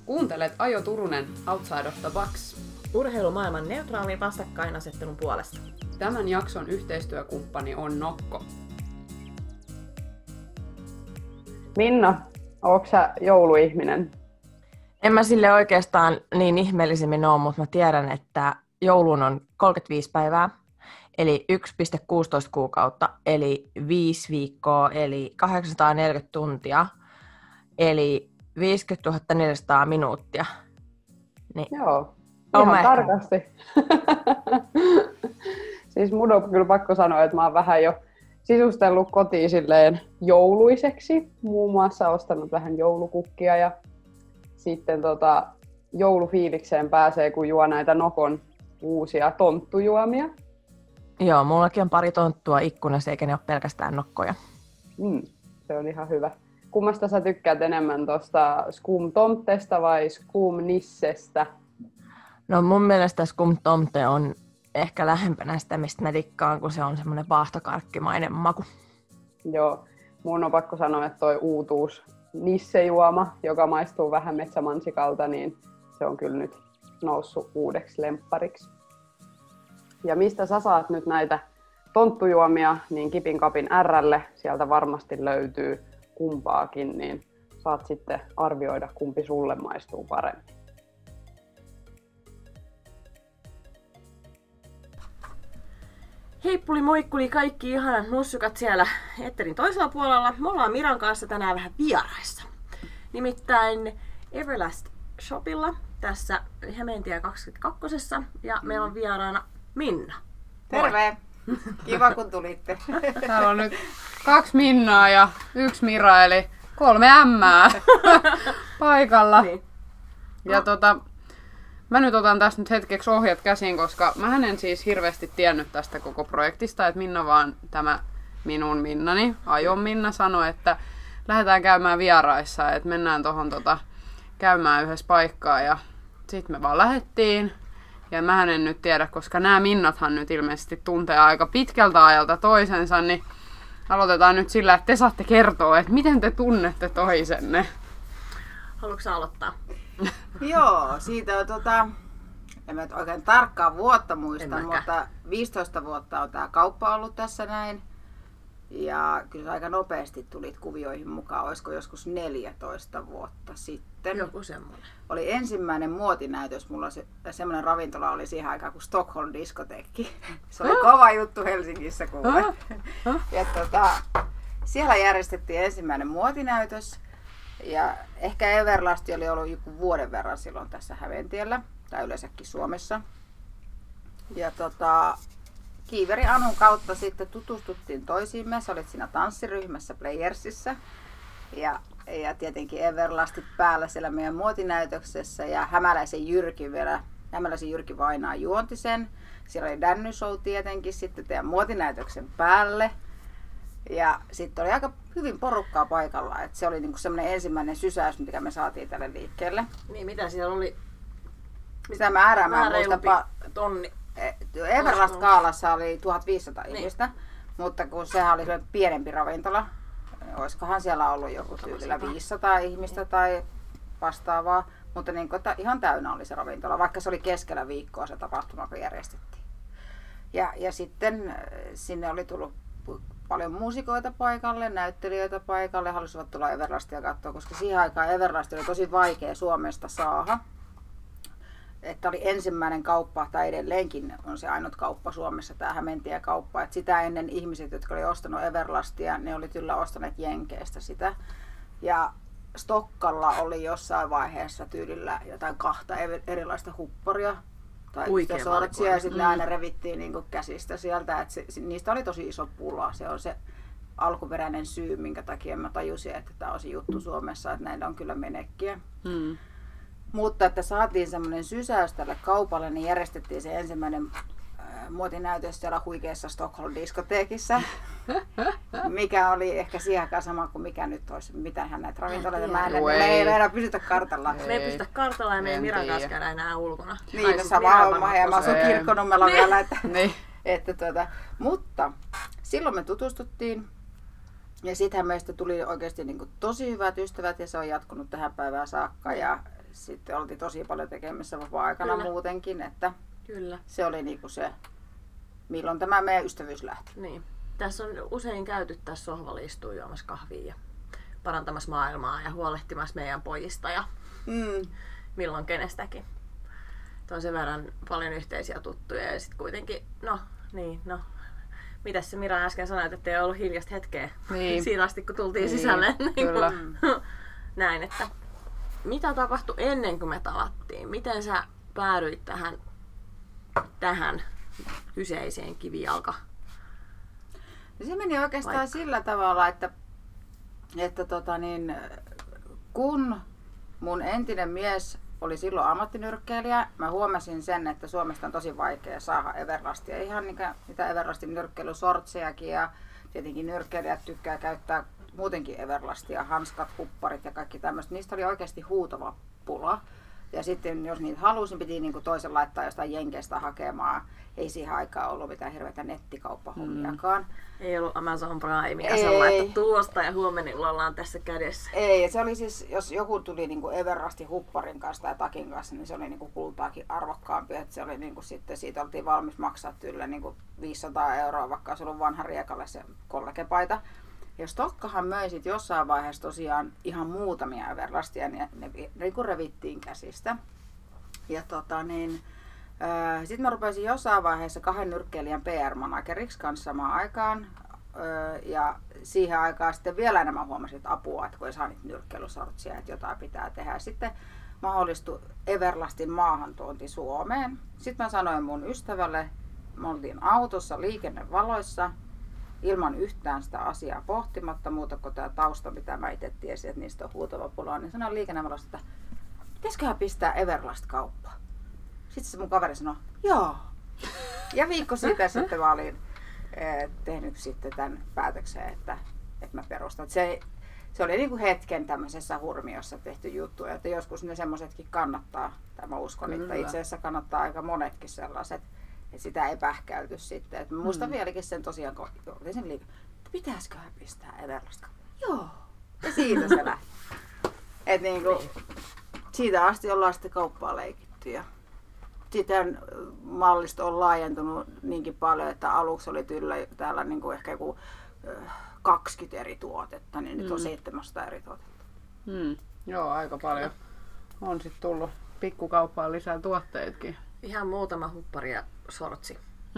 Kuuntelet Ajo Turunen Outside of the Box. Urheilumaailman neutraalin vastakkainasettelun puolesta. Tämän jakson yhteistyökumppani on Nokko. Minna, ootko sä jouluihminen? En mä sille oikeastaan niin ihmeellisemmin ole, mutta mä tiedän, että jouluun on 35 päivää, eli 1,16 kuukautta, eli 5 viikkoa, eli 840 tuntia, eli 50 400 minuuttia. Niin. Joo, ihan tarkasti. Siis mun on kyllä pakko sanoa, että mä oon vähän jo sisustellut kotiin silleen jouluiseksi. Muun muassa ostanut vähän joulukukkia ja sitten joulufiilikseen pääsee, kun juo näitä Nokon uusia tonttujuomia. Joo, mullakin on pari tonttua ikkunassa, eikä ne ole pelkästään nokkoja. Se on ihan hyvä. Kummasta sä tykkäät enemmän tuosta Skum Tomtesta vai Skum Nissestä? No mun mielestä Skum Tomte on ehkä lähempänä sitä, mistä mä dikkaan, kun se on semmoinen vaahtokarkkimainen maku. Joo, mun on pakko sanoa, että toi uutuus nissejuoma, joka maistuu vähän metsämansikalta, niin se on kyllä nyt noussut uudeksi lemppariksi. Ja mistä sä saat nyt näitä tonttujuomia, niin Kipin Kapin R:lle sieltä varmasti löytyy kumpaakin, niin saat sitten arvioida, kumpi sulle maistuu paremmin. Heippuli moikkuli kaikki ihanat nussukat siellä Etterin toisella puolella. Me ollaan Miran kanssa tänään vähän vieraissa. Nimittäin Everlast Shopilla tässä Hämeentie 22. Ja meillä on vieraana Minna. Terve! Kiva kun tulitte. Täällä on nyt 2 Minnaa ja 1 Mira, eli 3 M:ää paikalla. Niin. Ja mä nyt otan tästä nyt hetkeksi ohjat käsiin, koska mä en siis hirveästi tiennyt tästä koko projektista, että Minna vaan tämä minun Minnani, Ajon Minna, sanoi, että lähdetään käymään vieraissa, että mennään tohon käymään yhdessä paikkaa ja sit me vaan lähdettiin. Ja mä en nyt tiedä, koska nämä Minnathan nyt ilmeisesti tuntee aika pitkältä ajalta toisensa, niin aloitetaan nyt sillä, että te saatte kertoa, että miten te tunnette toisenne. Haluatko sä aloittaa? Joo, siitä on en mä nyt oikein tarkkaa vuotta muista, mutta 15 vuotta on tää kauppa ollut tässä näin. Ja kyllä aika nopeasti tulit kuvioihin mukaan, olisiko joskus 14 vuotta sitten. Joku semmoinen. Oli ensimmäinen muotinäytös, mulla semmoinen ravintola oli siihen aikaan kuin Stockholm diskoteekki. Se oli kova juttu Helsingissä kuule. Ja siellä järjestettiin ensimmäinen muotinäytös. Ja ehkä Everlasti oli ollut joku vuoden verran silloin tässä Hämeentiellä, tai yleensäkin Suomessa. Ja Kiiveri Anun kautta sitten tutustuttiin toisiimme. Sä olit siinä tanssiryhmässä Playersissä. Ja tietenkin Everlastit päällä siellä meidän muotinäytöksessä. Ja Hämäläisen Jyrki Vainaa juonti sen. Siellä oli Danny Show tietenkin sitten teidän muotinäytöksen päälle. Ja sitten oli aika hyvin porukkaa paikalla. Et se oli niinku semmoinen ensimmäinen sysäys, mikä me saatiin tälle liikkeelle. Niin, mitä siellä oli? Sitä määrää mä en muista. Tonni. Everlast-kaalassa oli 1500 ihmistä, mutta kun sehän oli pienempi ravintola, olisikohan siellä ollut joku tyylillä 500 ihmistä tai vastaavaa, mutta niin kuin, ihan täynnä oli se ravintola, vaikka se oli keskellä viikkoa se tapahtuma, kun järjestettiin. Ja sitten sinne oli tullut paljon muusikoita paikalle, näyttelijöitä paikalle, halusivat tulla Everlastia katsoa, koska siihen aikaan Everlasti oli tosi vaikea Suomesta saada. Että oli ensimmäinen kauppa, tai edelleenkin on se ainut kauppa Suomessa, tämä Hämeentie kauppa. Et sitä ennen ihmiset, jotka oli ostanut Everlastia, ne oli kyllä ostaneet Jenkeistä sitä. Ja Stokkalla oli jossain vaiheessa tyylillä jotain 2 erilaista hupparia. Tai sortsia, ja sitten aina revittiin niinku käsistä sieltä. Et niistä oli tosi iso pula. Se on se alkuperäinen syy, minkä takia mä tajusin, että tämä on se juttu Suomessa, että näillä on kyllä menekkiä. Mutta että saatiin semmoinen sysäys tälle kaupalle, niin järjestettiin se ensimmäinen muotinäytös siellä huikeassa Stockholm-diskoteekissa, mikä oli ehkä siihen aikaan sama kuin mikä nyt olisi. Mitähän näitä ravintoloita me ei enää pysytä kartalla. Me ei pysytä kartalla ja me ei Miran kanssa käydä enää ulkona. Niin, no sama homma ja mä asun Kirkkonummella vielä. Mutta silloin me tutustuttiin. Ja sittenhän meistä tuli oikeasti niin kuin tosi hyvät ystävät ja se on jatkunut tähän päivään saakka. Ja sitten oltiin tosi paljon tekemissä vapaa-aikana muutenkin, että Kyllä. se oli niinku se, milloin tämä meidän ystävyys lähti. Niin. Tässä on usein käyty tässä sohvalla istua juomassa kahvia ja parantamassa maailmaa ja huolehtimassa meidän pojista ja milloin kenestäkin. On sen verran paljon yhteisiä tuttuja ja sitten kuitenkin, mitäs se Mira äsken sanoit, että ei ollut hiljaista hetkeä siinä asti, kun tultiin sisälle. Kyllä. Näin, että mitä tapahtui ennen kuin me tavattiin? Miten sä päädyit tähän kyseiseen kivijalka? Se meni oikeastaan sillä tavalla, että kun mun entinen mies oli silloin ammattinyrkkeilijä, mä huomasin sen, että Suomesta on tosi vaikea saada Everlastia. Ihan niitä Everlastin nyrkkeilysortsejakin ja tietenkin nyrkkeilijät tykkää käyttää muutenkin Everlastia, hanskat, hupparit ja kaikki tämmöistä. Niistä oli oikeasti huutava pula. Ja sitten jos niitä halusi, niin piti niinku toisen laittaa jostain Jenkeistä hakemaan. Ei siihen aikaan ollut mitään hirveätä nettikauppahommiakaan. Ei ollut Amazon Primea, se on laittu tuosta ja huomenna ollaan tässä kädessä. Ei, se oli siis, jos joku tuli niinku Everlastin hupparin kanssa tai takin kanssa, niin se oli niinku kultaakin arvokkaampi. Että se oli niinku sitten, siitä oltiin valmis maksaa tyllä niinku 500 €, vaikka olisi ollut vanha riekalle se kollegepaita. Ja Stokkahan möi sit jossain vaiheessa tosiaan ihan muutamia Everlastia, niin ne revittiin käsistä. Ja sitten mä rupesin jossain vaiheessa 2 nyrkkeilijän PR-manageriksi kanssa samaan aikaan. Ja siihen aikaan sitten vielä enemmän huomasin, että apua, että kun ei saa niitä nyrkkeilysortsia, että jotain pitää tehdä. Ja sitten mahdollistui Everlastin maahantuonti Suomeen. Sitten mä sanoin mun ystävälle, me oltiin autossa liikennevaloissa, ilman yhtään sitä asiaa pohtimatta, muuta kuin tämä tausta, mitä mä itse tiesin, että niistä on huutava pula, niin sanoin liikennevalossa, että pitäisiköhän pistää Everlast kauppaan. Sitten se mun kaveri sanoi, joo. Ja viikko siitä sitten mä olin tehnyt sitten tämän päätöksen, että mä perustan. Se oli niin kuin hetken tämmöisessä hurmiossa tehty juttu, että joskus ne semmoisetkin kannattaa, tai mä uskon, että itse asiassa kannattaa aika monetkin sellaiset. Että sitä ei pähkäyty sitten. Et mä muistan vieläkin sen tosiaan, kun olin sen että pitäisiköhän pistää Everlast. Joo. Ja siitä se lähti. Et niinku, siitä asti ollaan sitten kauppaa leikitty. Ja sitten mallista on laajentunut niinkin paljon, että aluksi oli täällä niinku ehkä joku 20 eri tuotetta, niin nyt on 700 eri tuotetta. Joo, aika paljon. On sitten tullut pikkukauppaan lisää tuotteetkin. Ihan muutama huppari ja sortsi.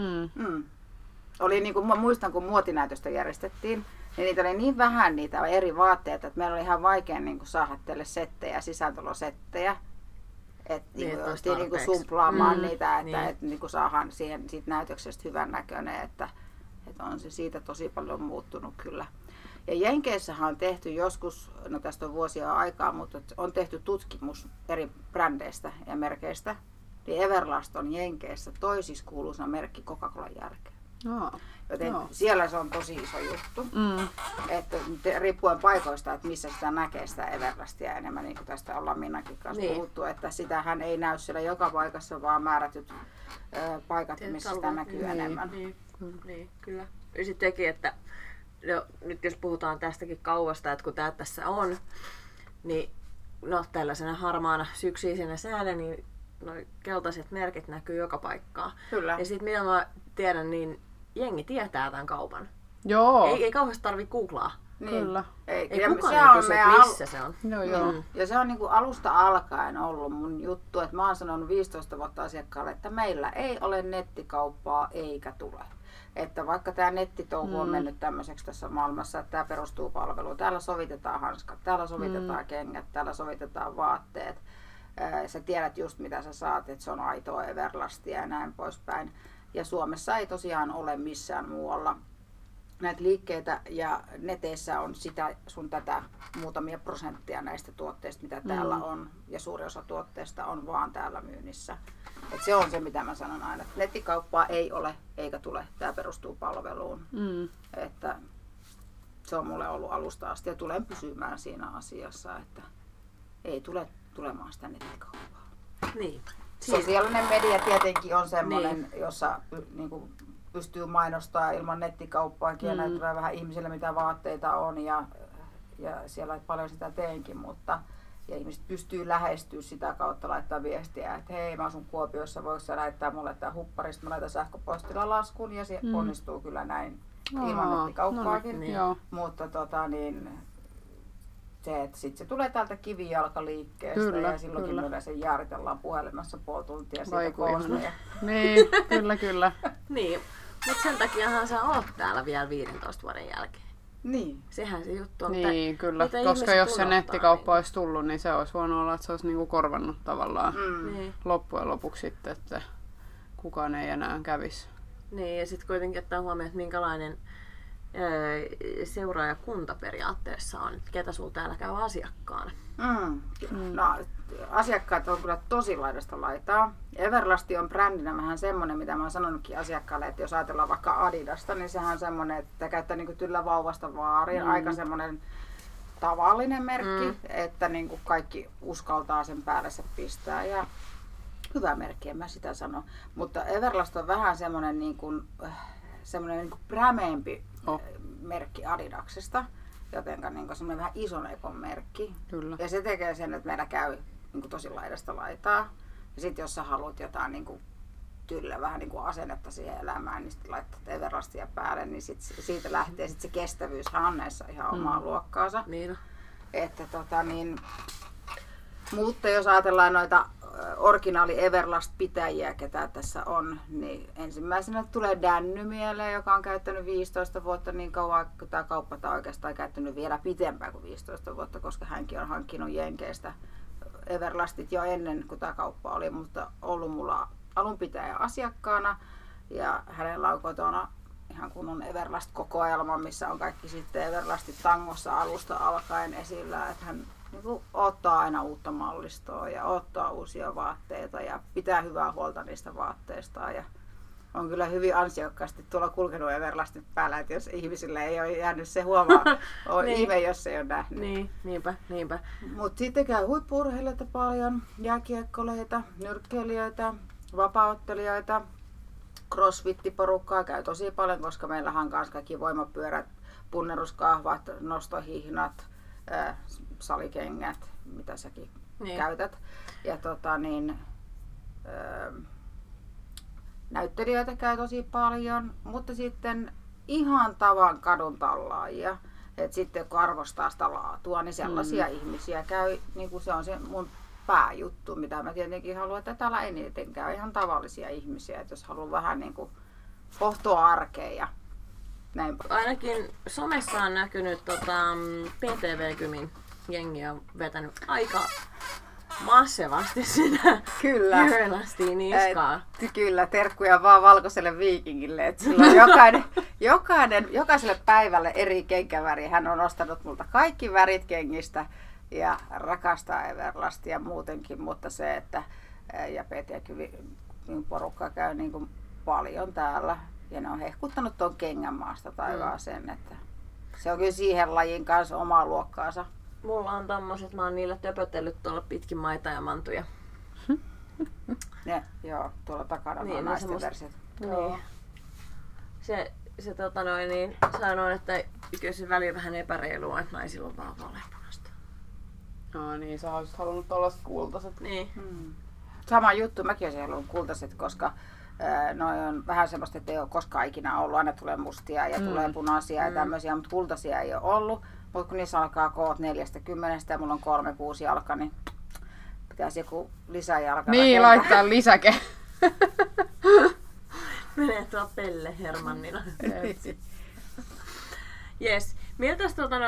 Oli niin kuin, mä muistan, kun muotinäytöstä järjestettiin, niin niitä oli niin vähän niitä eri vaatteita, että meillä oli ihan vaikea niin kuin saada teille settejä, sisääntulosettejä. Että jouduttiin niin kuin sumplaamaan niitä, että niin kuin saadaan siitä näytöksestä hyvän näköinen, että on se siitä tosi paljon muuttunut kyllä. Ja Jenkeissähän on tehty joskus, no tästä on vuosia aikaa, mutta on tehty tutkimus eri brändeistä ja merkeistä. Niin Everlast on Jenkeissä toisiksi kuuluisa merkki Coca-Colan jälkeen. Joten siellä se on tosi iso juttu. Että riippuen paikoista, että missä sitä näkee sitä Everlastia enemmän, niin kuin tästä ollaan Minnakin kanssa puhuttu, että sitähän ei näy siellä joka paikassa, vaan määrätyt paikat, missä sitä näkyy enemmän. Niin, kyllä. Ja sitten teki, että nyt jos puhutaan tästäkin kaupasta, että kun tämä tässä on, niin tällaisena harmaana syksyisenä säänä, niin noi keltaiset merkit näkyy joka paikkaan. Kyllä. Ja sitten mitä mä tiedän, niin jengi tietää tämän kaupan. Joo. Ei kauheasti tarvitse googlaa. Niin. Kyllä. Ei kukaan kysy, missä se on. Joo. Ja se on niin kuin alusta alkaen ollut mun juttu, että mä oon sanonut 15 vuotta asiakkaalle, että meillä ei ole nettikauppaa eikä tule. Että vaikka tämä nettitouhu on mennyt tämmöiseksi tässä maailmassa, että tämä perustuu palveluun. Täällä sovitetaan hanskat, täällä sovitetaan kengät, täällä sovitetaan vaatteet. Sä tiedät just mitä sä saat, että se on aitoa Everlastia ja näin poispäin. Ja Suomessa ei tosiaan ole missään muualla näitä liikkeitä ja neteissä on sitä sun tätä muutamia prosenttia näistä tuotteista, mitä täällä on. Ja suuri osa tuotteista on vaan täällä myynnissä. Et se on se, mitä mä sanon aina. Nettikauppaa ei ole eikä tule. Tämä perustuu palveluun. Että se on mulle ollut alusta asti ja tulen pysymään siinä asiassa, että ei tule tulemaan sitä nettikauppaa. Niin. Sosiaalinen media tietenkin on semmoinen, jossa niin kuin pystyy mainostamaan ilman nettikauppaakin ja näyttää vähän ihmisille mitä vaatteita on ja siellä paljon sitä teenkin, mutta Ja ihmiset pystyy lähestyä sitä kautta, laittaa viestiä, että hei, mä asun Kuopiossa, voiko sä lähettää mulle tää hupparista, mä laitan sähköpostilla laskun ja se onnistuu kyllä näin ilman nettikauppaakin. Niin. Mutta se, että sit se tulee täältä kivijalkaliikkeestä Kyllä, ja silloinkin me yleensä jaaritellaan puhelimessa puoli tuntia siitä Vai koosta. Niin, kyllä. Niin, mutta sen takiahan sä oot täällä vielä 15 vuoden jälkeen. Niin. Sehän se juttu on. Niin, kyllä. mitä Koska ihmiset jos se unohtaa, nettikauppa olisi tullut, niin se olisi voinut olla, että se olisi niinku korvannut tavallaan Niin. loppujen lopuksi sitten, että kukaan ei enää kävisi. Niin, ja sitten kuitenkin ottaa huomioon, että minkälainen seuraajakunta periaatteessa on, että ketä sulla täällä käy asiakkaana. No, asiakkaat on kyllä tosi laidasta laitaa. Everlasti on brändinä vähän semmoinen, mitä mä oon sanonutkin asiakkaalle, että jos ajatellaan vaikka Adidasta, niin sehän on semmoinen, että käyttää niinku tyllä vauvasta vaariin, aika semmoinen tavallinen merkki, että niinku kaikki uskaltaa sen päälle se pistää. Ja hyvä merkki, en mä sitä sano. Mutta Everlast on vähän semmoinen niinku prämeempi merkki Adidaksesta, jotenka niinku semmoinen vähän ison ekon merkki. Kyllä. Ja se tekee sen, että meillä käy niinku tosi laidasta laitaa. Ja sitten jos sä haluat jotain niinku tyllä vähän niinku asennetta siihen elämään, niin sitten laittaa Everlastia päälle, niin siitä lähtee sit se kestävyyshän on näissä ihan omaa luokkaansa. Niin. Että mutta jos ajatellaan noita originaali Everlast-pitäjiä, ketä tässä on, niin ensimmäisenä tulee Danny mieleen, joka on käyttänyt 15 vuotta niin kauan, kun tämä kauppa on oikeastaan käyttänyt vielä pitempään kuin 15 vuotta, koska hänkin on hankkinut Jenkeistä Everlastit jo ennen kuin tämä kauppa oli, mutta ollut mulla alunpitäjä asiakkaana ja hänellä on kotona ihan kunnon Everlast-kokoelma, missä on kaikki sitten Everlastit tangossa alusta alkaen esillä, että hän niin ottaa aina uutta mallistoa ja ottaa uusia vaatteita ja pitää hyvää huolta niistä vaatteista ja on kyllä hyvin ansiokkaasti tuolla kulkenut Everlastit päällä, että jos ihmisille ei ole jäänyt se huomaa, on Niin. ihme, jos ei ole nähnyt. Niin, niinpä. Mutta sitten käy huippu-urheilijoita paljon, jääkiekkoilijoita, nyrkkeilijöitä, vapaaottelijoita, crossfit-porukkaa käy tosi paljon, koska meillähän on myös kaikki voimapyörät, punneruskahvat, nostohihnat, salikengät, mitä säkin käytät. Ja näyttelijöitä käy tosi paljon, mutta sitten ihan tavan kadun tallaajia. Et sitten kun arvostaa sitä laatua, niin sellaisia ihmisiä käy, niin kuin se on se mun pääjuttu, mitä mä tietenkin haluan, että täällä eniten käy ihan tavallisia ihmisiä, että jos haluaa vähän niin kuin pohtoa arkeen ja näin. Ainakin somessa on näkynyt PTV-kymin jengi on vetänyt aika massivasti sitä Everlastia niskaan. Kyllä, terkkuja vaan valkoiselle viikingille. Että sillä on jokaiselle päivälle eri kenkäväri. Hän on ostanut multa kaikki värit kengistä ja rakastaa Everlastia muutenkin, mutta se, että ja PTV-kymin porukka käy niin kuin paljon täällä. Ja ne on hehkuttanut tuon kengän maasta taivaaseen, että se on kyllä siihen lajin kanssa omaa luokkaansa. Mulla on tommoset, mä oon niillä töpötellyt tuolla pitkin maita ja mantuja. Tuolla takana Niin, on naisten versiot. Niin. Se sanoi, että kyllä se väliin vähän epäreilua, että naisilla on vaan vaaleanpunasta. No niin, sä olisit halunnut tollaiset kultaiset. Niin. Sama juttu, mäkin olisin halunnut kultaiset, koska noi on vähän semmoista, että ei ole koskaan ikinä ollut. Aina tulee mustia ja tulee punaisia ja tämmöisiä, mutta kultaisia ei ole ollut. Mutta kun niissä alkaa koot 40 ja mulla on 3 kuusijalka, niin pitäisi joku lisäjalka Niin, rakentaa. laittaa lisäke. Menee tuo Pelle Hermannina. Jes. Miltä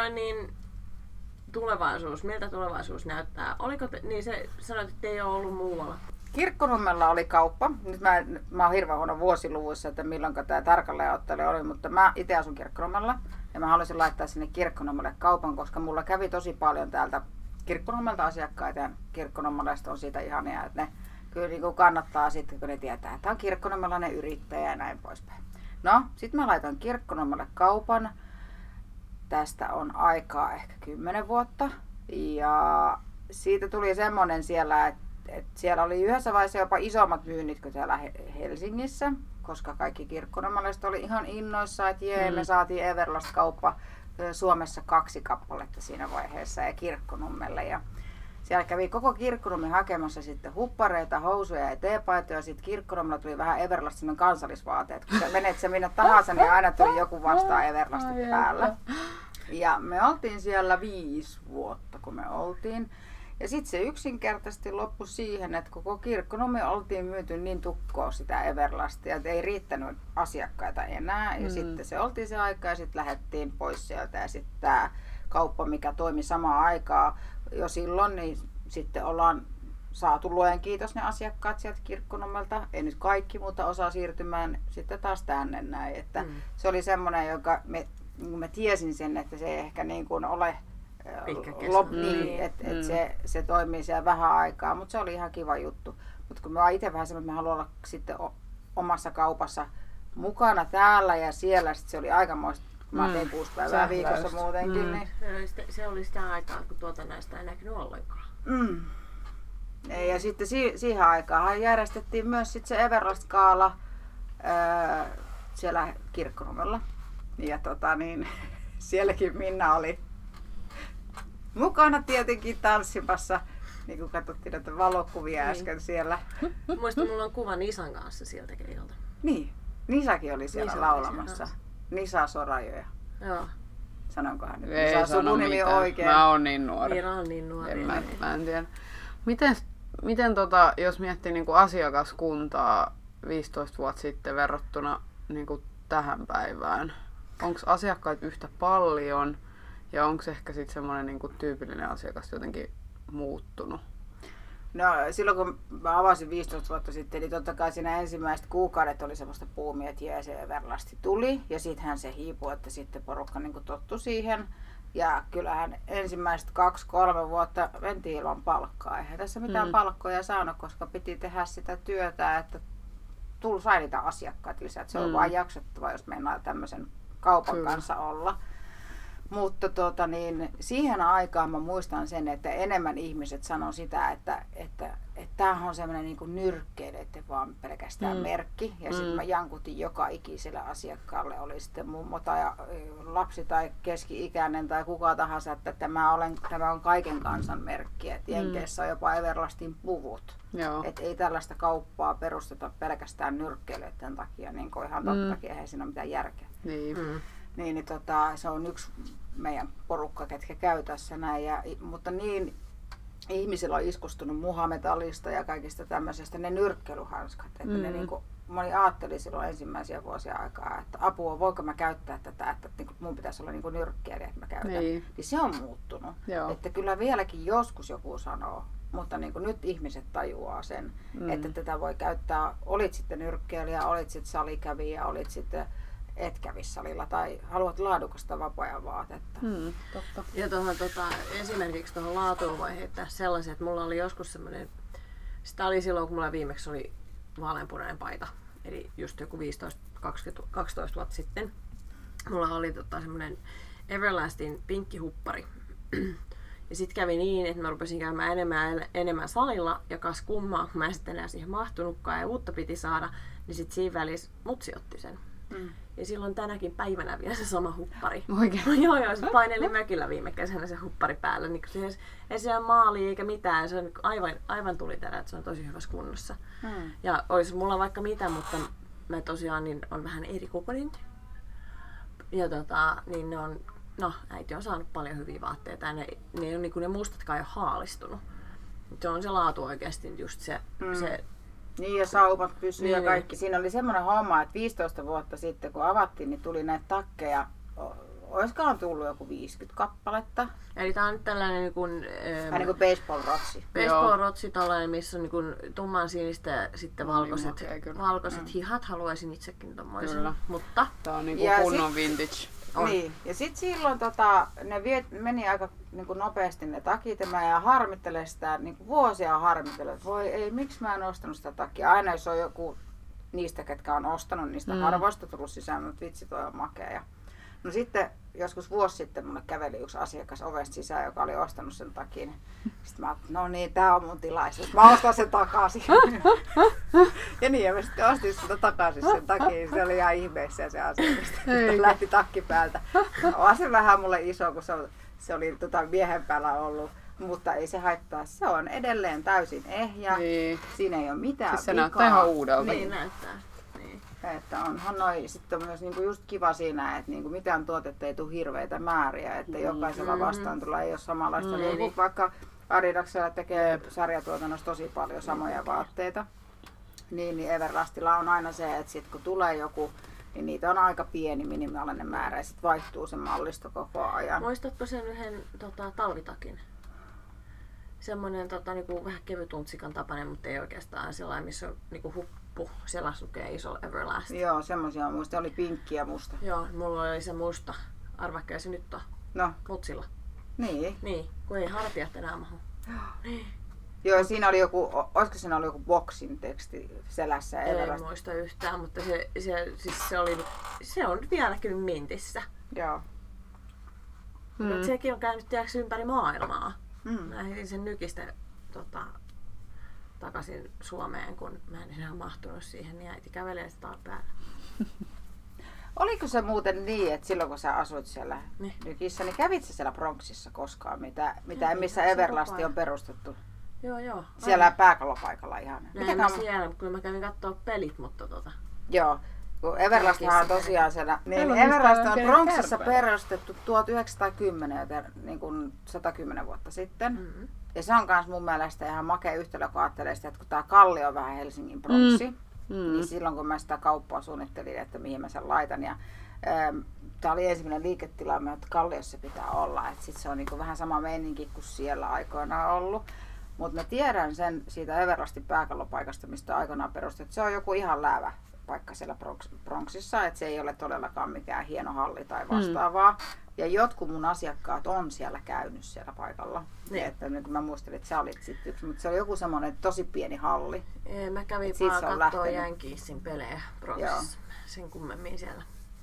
miltä tulevaisuus näyttää? Oliko niin se sanoit, että ei ole ollut muualla? Kirkkonummella oli kauppa. Nyt mä oon hirveän huono vuosiluvuissa, että milloin tämä tarkalleen ottelu oli, mutta mä itse asun Kirkkonummella ja mä haluaisin laittaa sinne Kirkkonummelle kaupan, koska mulla kävi tosi paljon täältä Kirkkonummelta asiakkaita ja kirkkonommalaiset on siitä ihania, että ne kyllä niin kuin kannattaa sitten, kun ne tietää, että on kirkkonummelainen yrittäjä ja näin poispäin. No, sitten mä laitan Kirkkonummelle kaupan. Tästä on aikaa ehkä 10 vuotta ja siitä tuli semmoinen siellä, että siellä oli yhdessä vaiheessa jopa isommat myynnit kuin täällä Helsingissä, koska kaikki kirkkonommalaiset oli ihan innoissaan, että me saatiin Everlast-kauppa Suomessa 2 kappaletta siinä vaiheessa ja Kirkkonummelle. Ja Siellä kävi koko Kirkkonummi hakemassa sitten huppareita, housuja ja teepaitoja. Sitten Kirkkonummilla tuli vähän Everlastin kansallisvaateet. Kun sä menet se minne tahansa, niin aina tuli joku vastaan Everlastin päällä. Ja me oltiin siellä 5 vuotta, kun me oltiin. Ja sitten se yksinkertaisesti loppui siihen, että koko Kirkkonummi oltiin myyty niin tukkoon sitä Everlastia, että ei riittänyt asiakkaita enää. Ja sitten se oltiin se aika ja sitten lähdettiin pois sieltä. Ja sitten tämä kauppa, mikä toimi samaan aikaan jo silloin, niin sitten ollaan saatu luojan kiitos ne asiakkaat sieltä Kirkkonummelta. Ei nyt kaikki, mutta osa siirtymään sitten taas tänne näin. Että se oli semmoinen, joka mä tiesin sen, että se ei ehkä niin kuin ole niin, että se toimii siellä vähän aikaa, mutta se oli ihan kiva juttu. Mutta kun mä oon itse vähän semmoinen, että mä haluan olla sitten omassa kaupassa mukana täällä ja siellä, sit se oli aikamoista, kun mä tein 6 päivää viikossa muutenkin. Niin. Se oli sitä aikaa, kun tuota näistä ei näkynyt ollenkaan. Ja sitten siihen aikaan järjestettiin myös sit se Everlast-gaala siellä Kirkkonummella. Ja sielläkin Minna oli mukana tietenkin tanssimassa, niin kuin katsottiin näitä valokuvia äsken siellä. Muistan, mulla on kuva Nisan kanssa sieltä keikalta. Niin, Nisakin oli siellä laulamassa. Nisa Sorajoja. Joo. Sanonkohan nyt Ei Nisa sano sukunimi mitään. oikein? Mä oon niin nuori. Niina on niin nuori. Mä en tiedä. Miten jos miettii niinku asiakaskuntaa 15 vuotta sitten verrattuna niinku tähän päivään? Onko asiakkaita yhtä paljon ja onko ehkä sitten semmoinen niinku tyypillinen asiakas jotenkin muuttunut? No silloin kun mä avasin 15 vuotta sitten, niin totta kai siinä ensimmäiset kuukaudet oli semmoista buumia, että jee, se Everlasti tuli ja sittenhän se hiipui, että sitten porukka niinku tottui siihen. Ja kyllähän ensimmäiset 2-3 vuotta mentiin ilman palkkaa. Eihän tässä mitään palkkoja saanut, koska piti tehdä sitä työtä, että sai niitä asiakkaita lisää. Se on vaan jaksettava, jos mennään tämmöisen kaupan kanssa olla. Mutta siihen aikaan mä muistan sen, että enemmän ihmiset sanoo sitä, että tämähän on semmoinen niin kuin nyrkkeileiden vaan pelkästään merkki. Ja sitten mä jankutin joka ikiselle asiakkaalle, oli sitten mummo tai lapsi tai keski-ikäinen tai kuka tahansa, että tämä on kaiken kansan merkki. Et Jenkeissä on jopa Everlastin puvut. Että ei tällaista kauppaa perusteta pelkästään nyrkkeileiden takia, niin kuin ihan tottakin, eihän siinä ole mitään järkeä. Niin, se on yksi meidän porukka, ketkä käy tässä näin. Mutta niin ihmisillä on iskustunut Muhammed Alista ja kaikista tämmöisestä ne nyrkkeilyhanskat. Että ne moni ajatteli silloin ensimmäisiä vuosia aikaa, että apua, voinko mä käyttää tätä, että mun pitäisi olla nyrkkeilijä, että mä käytän. Niin se on muuttunut. Että kyllä vieläkin joskus joku sanoo, mutta nyt ihmiset tajuaa sen, että tätä voi käyttää, olit sitten nyrkkeilijä, olit sitten salikävijä, olit sitten et kävi salilla tai haluat laadukasta vapaa-ajan vaatetta. Totta. Ja esimerkiksi tuohon laatuun voi heittää sellaisen, että mulla oli joskus semmoinen, sitä oli silloin kun mulla viimeksi oli vaaleanpunainen paita, eli just joku 12 vuotta sitten. Mulla oli semmoinen Everlastin pinkki huppari. Ja sitten kävi niin, että mä rupesin käymään enemmän salilla, ja kas kummaa, kun mä en sitten enää siihen mahtunutkaan ja uutta piti saada, niin sitten siinä välissä mutsi otti sen. Ja silloin tänäkin päivänä vielä se sama huppari. Oikein? Joo, se paineli mökillä viime kesänä se huppari päällä. Niin se ei siellä maali eikä mitään. Se on aivan tuliterä, että se on tosi hyvässä kunnossa. Ja olisi mulla vaikka mitä, mutta mä tosiaan niin on vähän eri kokoinen. Ja niin ne on, äiti on saanut paljon hyviä vaatteita. Ja ne on niin kuin ne mustatkaan jo haalistunut. Se on se laatu oikeasti just se niin ja sauvat pysyy ja kaikki. Siinä oli semmoinen homma, että 15 vuotta sitten kun avattiin, niin tuli näitä takkeja. Olisikohan tullut joku 50 kappaletta. Eli tää on nyt tällainen niin kuin baseball-rotsi. Baseball-rotsi tällainen, missä on niin kuin tumman sinistä ja sitten valkoiset hihat. Haluaisin itsekin tommoisen. Kyllä. Mutta tää on niinku kunnon vintage. Niin, ja sitten silloin meni aika nopeasti ne takit ja mä harmittelen sitä, vuosia harmittelen, että voi ei, miksi mä en ostanut sitä takia. Aina jos on joku niistä, ketkä on ostanut niistä harvoista tullut sisään, mutta vitsi toi on makea. No sitten joskus vuosi sitten mulle käveli yksi asiakas ovesta sisään, joka oli ostanut sen takin. Sitten mä ajattelin, no niin, tää on mun tilaisuus. Mä ostan sen takaisin. Ja niin, ja mä sitten ostin sitä takaisin sen takin. Se oli ihan ihmeessä se asiakas. Sitten lähti takki päältä. On se vähän mulle iso, kun se oli miehen päällä ollut Mutta ei se haittaa, se on edelleen täysin ehjä. Niin. Siinä ei ole mitään Siis se vikaa. näyttää ihan uudelta. Niin näyttää. Niin. Että onhan noi sitten on myös niinku just kiva siinä, että niinku mitään tuotetta ei tule hirveitä määriä, että jokaisella vastaantulla ei ole samanlaista. Niin vaikka Adidaksella tekee sarjatuotannossa tosi paljon samoja vaatteita, niin Everlastilla on aina se, että sit kun tulee joku, niin niitä on aika pieni minimaalinen määrä ja sit vaihtuu se mallisto koko ajan. Muistatko sen yhden talvitakin? Semmoinen niinku vähän kevyt untsikan tapainen, mutta ei oikeastaan sellainen, missä on niinku huppu. Siellä lukee iso Everlast. Joo, semmosia on muista. Oli pinkki ja musta. Joo, mulla oli se musta. Arvakka, se nyt on. No. Mutsilla. Niin. Niin, kun ei hartiat enää mahu. Joo, siinä oli joku, olisiko siinä ollut joku boxin teksti selässä Everlast? En muista yhtään, mutta se on vieläkin mintissä. Joo. Mutta sekin on käynyt tiedätkö ympäri maailmaa. Mä ehdin sen nykistä takaisin Suomeen, kun mä en enää mahtunut siihen, niin äiti kävelee sitä päällä. Oliko se muuten niin, että silloin kun sä asuit siellä Nykissä, niin kävit sä siellä Bronxissa koskaan, missä Everlasti on perustettu? Joo. Siellä pääkallopaikalla ihan. Näin mä siellä, kun mä kävin kattoo pelit, mutta Joo, kun Everlastihan on tosiaan siellä, niin Everlast on Bronxissa perustettu 1910, joten niin kuin 110 vuotta sitten. Ja se on myös mun mielestä ihan makea yhtälö, kun ajattelee sitä, että kun tää Kallio on vähän Helsingin Bronxi, niin silloin kun mä sitä kauppaa suunnittelin, että mihin mä sen laitan. Ja tää oli ensimmäinen liiketila, että Kalliossa pitää olla. Että sit se on niinku vähän sama meininki kuin siellä aikoinaan ollut. Mutta mä tiedän sen siitä Everlastin pääkallopaikasta, mistä aikanaan perustettu. Se on joku ihan läävä paikka siellä Bronxissa, että se ei ole todellakaan mikään hieno halli tai vastaavaa. Ja jotkut mun asiakkaat on siellä käynyt siellä paikalla. Niin. Että nyt mä muistelin, että sä olit sitten yksi, mutta se oli joku semmoinen tosi pieni halli. Mä kävin vaan kattoo Yankeesin pelejä Bronxissa. Sen kummemmin siellä.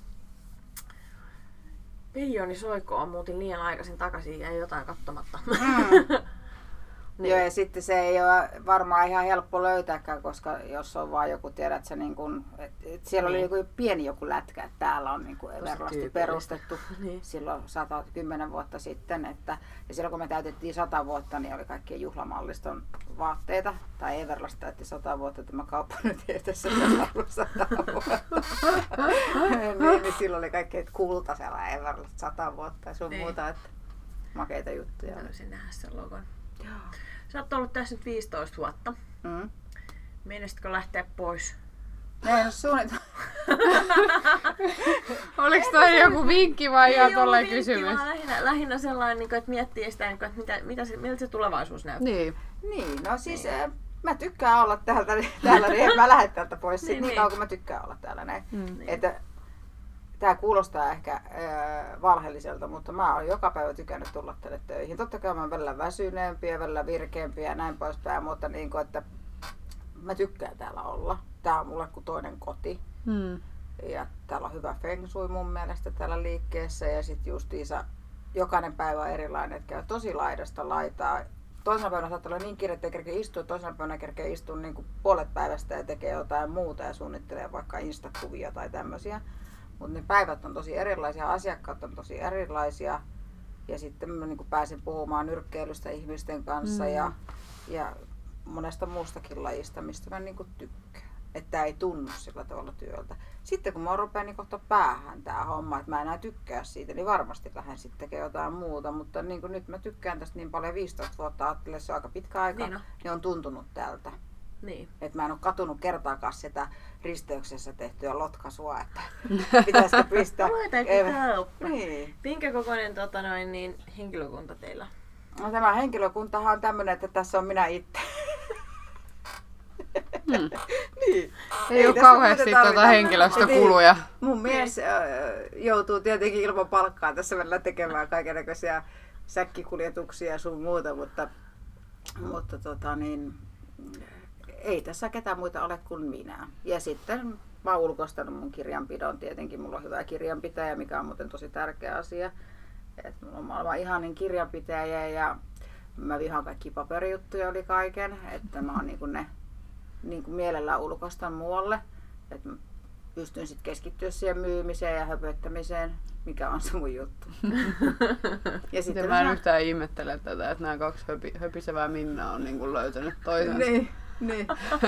Piljoni soikoon, muutin liian aikaisin takaisin ja jotain katsomatta. Niin. Joo, ja sitten se ei ole varmaan ihan helppo löytääkään, koska jos on vaan joku, tiedät sä niin kun, että siellä oli joku pieni joku lätkä, että täällä on niin kuin Everlasti perustettu silloin 110 vuotta sitten. Ja silloin kun me täytettiin 100 vuotta, niin oli kaikkien juhlamalliston vaatteita. Tai Everlast täytti 100 vuotta, että mä kauppa nyt ei tässä ollut 100 vuotta. niin silloin oli kaikkea kultasella Everlast 100 vuotta ja sun muuta, että makeita juttuja. Täysin nähdä sen logon. Joo. Sä oot ollut tässä nyt 15 vuotta. Meinasitkö lähteä pois? En suunnitelma. Oliko toi joku vinkki vai ihan tolleen kysymys? Lähinnä sellainen, että miettii sitä, että miltä se tulevaisuus näyttää. Niin, no siis mä tykkään olla täällä, niin en mä lähde täältä pois niin kauan kuin mä tykkään olla täällä näin. Että tää kuulostaa ehkä valheelliselta, mutta mä oon joka päivä tykännyt tulla tänne töihin. Totta kai mä oon välillä väsyneempi ja välillä virkeämpi ja näin poispäin, mutta niin kuin, että mä tykkään täällä olla. Tää on mulle kuin toinen koti. Ja täällä on hyvä feng shui mun mielestä täällä liikkeessä ja sit justiinsa jokainen päivä on erilainen, että käy tosi laidasta laitaa. Toisena päivänä saattaa olla niin kiire, että ei kerkeä istua, toisena päivänä kerkeä istua niin kuin puolet päivästä ja tekee jotain muuta ja suunnittelee vaikka Insta-kuvia tai tämmösiä. Mutta ne päivät on tosi erilaisia, asiakkaat on tosi erilaisia ja sitten mä niin pääsin puhumaan nyrkkeilystä ihmisten kanssa ja monesta muustakin lajista, mistä mä niin tykkään. Että ei tunnu sillä tavalla työltä. Sitten kun mä rupean niin kohta päähän tää homma, että mä enää tykkää siitä, niin varmasti lähden sitten tekemään jotain muuta. Mutta niin nyt mä tykkään tästä niin paljon, 15 vuotta ajattelin, se on aika pitkä aika, niin on tuntunut tältä. Niin. Että mä en ole katunut kertaakaan sitä risteyksessä tehtyä lotkaisua, että pitäisikö pistää. Niin. Minkä kokoinen henkilökunta teillä? No, tämä henkilökuntahan on tämmöinen, että tässä on minä itse. Niin. Ei ole kauheasti henkilöstökuluja. Mun mies joutuu tietenkin ilman palkkaa tässä välillä tekemään kaikennäköisiä säkkikuljetuksia ja sun muuta, mutta ei tässä ketään muita ole kuin minä. Ja sitten mä oon ulkoistanut mun kirjanpidon. Tietenkin mulla on hyvä kirjanpitäjä, mikä on muuten tosi tärkeä asia. Et mulla on maailman ihanin kirjanpitäjä ja mä vihaan kaikki paperijuttuja oli kaiken. Että mä oon ne mielellään ulkoistan muualle. Et pystyn sitten keskittyä siihen myymiseen ja höpöttämiseen, mikä on se mun juttu. Ja sitten mä en yhtään ihmettele tätä, että nämä kaksi höpisevää Minnaa on niin löytänyt toisensa. Niin.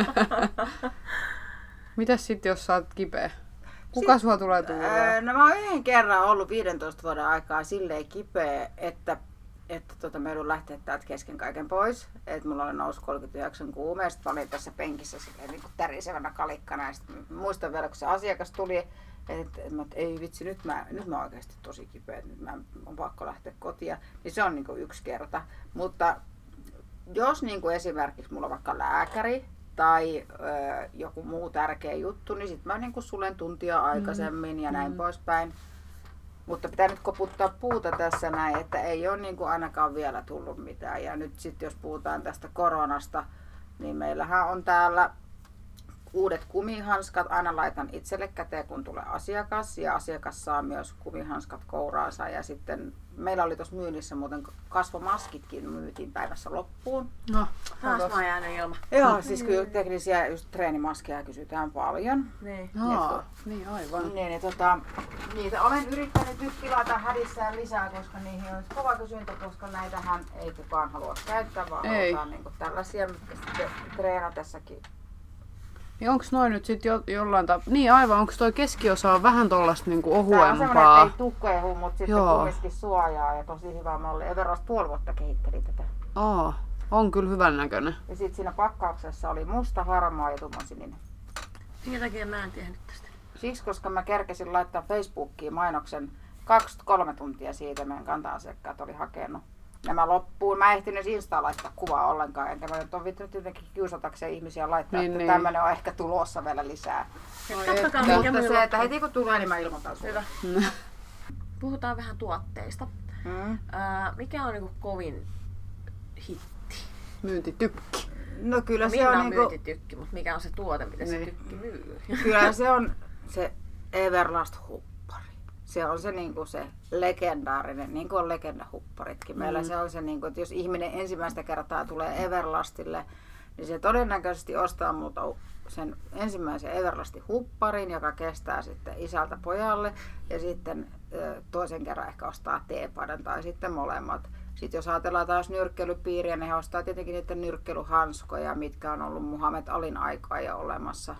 Mitäs sitten, jos sä oot kipeä? Kuka sua tulee tuomaan? No mä oon yhden kerran ollut 15 vuoden aikaa silleen kipeä, että mä joudun lähteä täältä kesken kaiken pois. Että mulla oli noussut 39 kuume ja sit mä olin tässä penkissä silleen niin kuin tärisevänä kalikkana. Ja sit muistan vielä, kun se asiakas tuli, että ei vitsi, nyt mä oon oikeasti tosi kipeä, nyt mä on pakko lähteä kotiin. Niin se on niin kuin yksi kerta. Mutta jos niin kuin esimerkiksi mulla on vaikka lääkäri tai joku muu tärkeä juttu, niin sit mä niin kuin sulen tuntia aikaisemmin ja näin poispäin. Mutta pitää nyt koputtaa puuta tässä näin, että ei ole niin kuin ainakaan vielä tullut mitään. Ja nyt sitten jos puhutaan tästä koronasta, niin meillähän on täällä uudet kumihanskat. Aina laitan itselle käteen, kun tulee asiakas. Ja asiakas saa myös kumihanskat kouraansa. Ja sitten meillä oli tuossa myynnissä muuten kasvomaskitkin myytiin päivässä loppuun. No, taas mä oon jäänyt ilman. Joo, siis kyllä teknisiä just treenimaskeja kysytään paljon. Niin. Niin aivan. Niin, niitä olen yrittänyt nyt tilata hädissään lisää, koska niihin on kova kysyntä, koska näitähän ei kukaan halua käyttää, vaan halutaan niinku tällaisia, mitkä sitten treenatessakin. Niin onks noin nyt sit jollain niin aivan, onks toi keskiosa on vähän tollasta niinku Tää on ohuempaa? semmonen, että ei tukkehu, mutta sitten kumminkin suojaa ja tosi hyvä malli. Everlast puoli vuotta kehitteli tätä. On kyllä hyvän näköinen. Ja sitten siinä pakkauksessa oli musta, harmaa ja tummansininen. Minkä takia mä en tiennyt tästä? Siksi, koska mä kerkesin laittaa Facebookiin mainoksen 2-3 tuntia siitä, meidän kanta-asiakkaat oli hakenut nämä loppuun. Mä en ehtinyt Instaan laittaa kuvaa ollenkaan, enkä mä nyt on vittu jotenkin kiusatakseen ihmisiä laittaa, niin, että tämmönen on ehkä tulossa vielä lisää. Mutta se, että heti kun tulee, niin mä ilmoitan sulle. Puhutaan vähän tuotteista. Mikä on niinku kovin hitti? Myyntitykki. No kyllä se Minna on on niinku... myyntitykki, mutta mikä on se tuote, mitä se tykki myy? Kyllä se on se Everlast huppari. Se on se niinku se legendaarinen, niin kuin on legendahupparitkin. Meillä se on se niinku, että jos ihminen ensimmäistä kertaa tulee Everlastille, niin se todennäköisesti ostaa multa sen ensimmäisen Everlastin hupparin, joka kestää sitten isältä pojalle, ja sitten toisen kerran ehkä ostaa teepadan tai sitten molemmat. Sitten jos ajatellaan taas nyrkkeilypiiriä, niin he ostaa tietenkin niitä nyrkkeilyhanskoja, mitkä on ollut Muhammed Alin aikaa jo olemassa.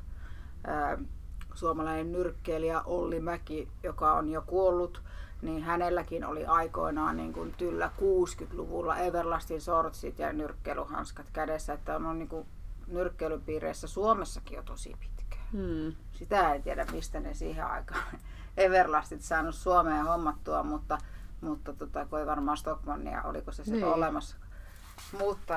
Suomalainen nyrkkeilijä Olli Mäki, joka on jo kuollut, niin hänelläkin oli aikoinaan niin kuin tyllä 60-luvulla Everlastin sortsit ja nyrkkeilyhanskat kädessä, että on niin kuin nyrkkeilypiireissä Suomessakin jo tosi pitkään. Sitä ei tiedä, mistä ne siihen aikaan Everlastit saanut Suomeen hommattua, mutta kun ei varmaan Stockmannia, oliko se niin olemassa. Mutta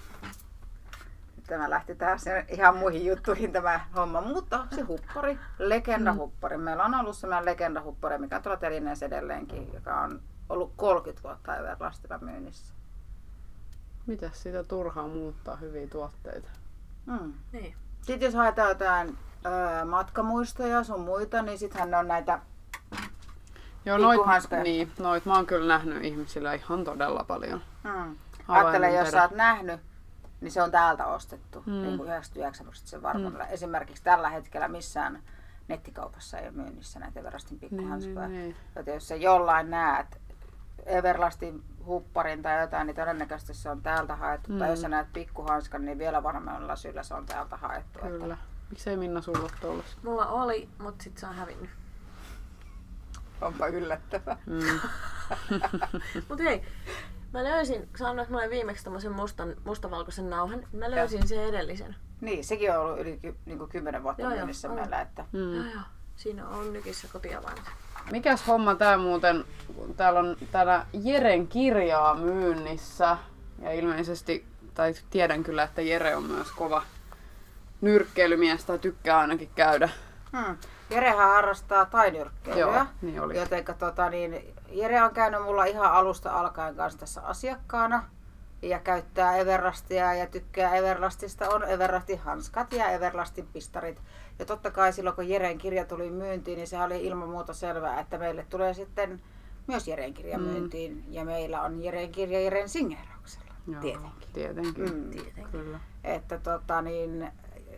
tämä lähti taas ihan muihin juttuihin tämä homma. Mutta se huppari, legendahuppari. Meillä on ollut sellainen legendahuppari, mikä on tuolla telineessä edelleenkin, joka on ollut 30 vuotta Everlastilla myynnissä. Mitäs siitä turhaa muuttaa hyviä tuotteita? Niin. Sitten jos haetaan jotain matkamuistoja sun muita, niin sittenhän ne on näitä pikkuhanskoja. Noit mä oon kyllä nähnyt ihmisillä ihan todella paljon. Ajattele, jos sä oot nähnyt, niin se on täältä ostettu, niin kuin 99% sen varmuudella. Esimerkiksi tällä hetkellä missään nettikaupassa ei ole myynnissä näitä Everlastin pikkuhanskoja. Joten jos sä jollain näet Everlastin hupparin tai jotain, niin todennäköisesti se on täältä haettu. Tai jos sä näet pikkuhanskan, niin vielä varmemmalla syyllä se on täältä haettu. Kyllä. Miksei Minna sulla ole tuollaista? Mulla oli, mutta sit se on hävinnyt. Onpa yllättävää. Mut hei, mä löysin, sanoin, että mä olin viimeksi tämmösen mustavalkoisen nauhan. Mä löysin sen edellisen. Niin, sekin on ollut yli 10 vuotta myynnissä meillä. Että... Joo. Siinä on nykissä kotiavainta. Mikäs homma tää muuten, täällä on täällä Jeren kirjaa myynnissä. Ja ilmeisesti, tai tiedän kyllä, että Jere on myös kova nyrkkeilymies tai tykkää ainakin käydä. Jerehän harrastaa tainyrkkeilyä. Joo, niin oli. Jotenka Jere on käynyt mulla ihan alusta alkaen kanssa tässä asiakkaana. Ja käyttää Everlastia ja tykkää Everlastista. On Everlastin hanskat ja Everlastin pistarit. Ja totta kai silloin kun Jeren kirja tuli myyntiin, niin sehän oli ilman muuta selvää, että meille tulee sitten myös Jeren kirja myyntiin. Ja meillä on Jeren kirja Jeren signeerauksella. Joo, tietenkin. Tietenkin. Kyllä. Että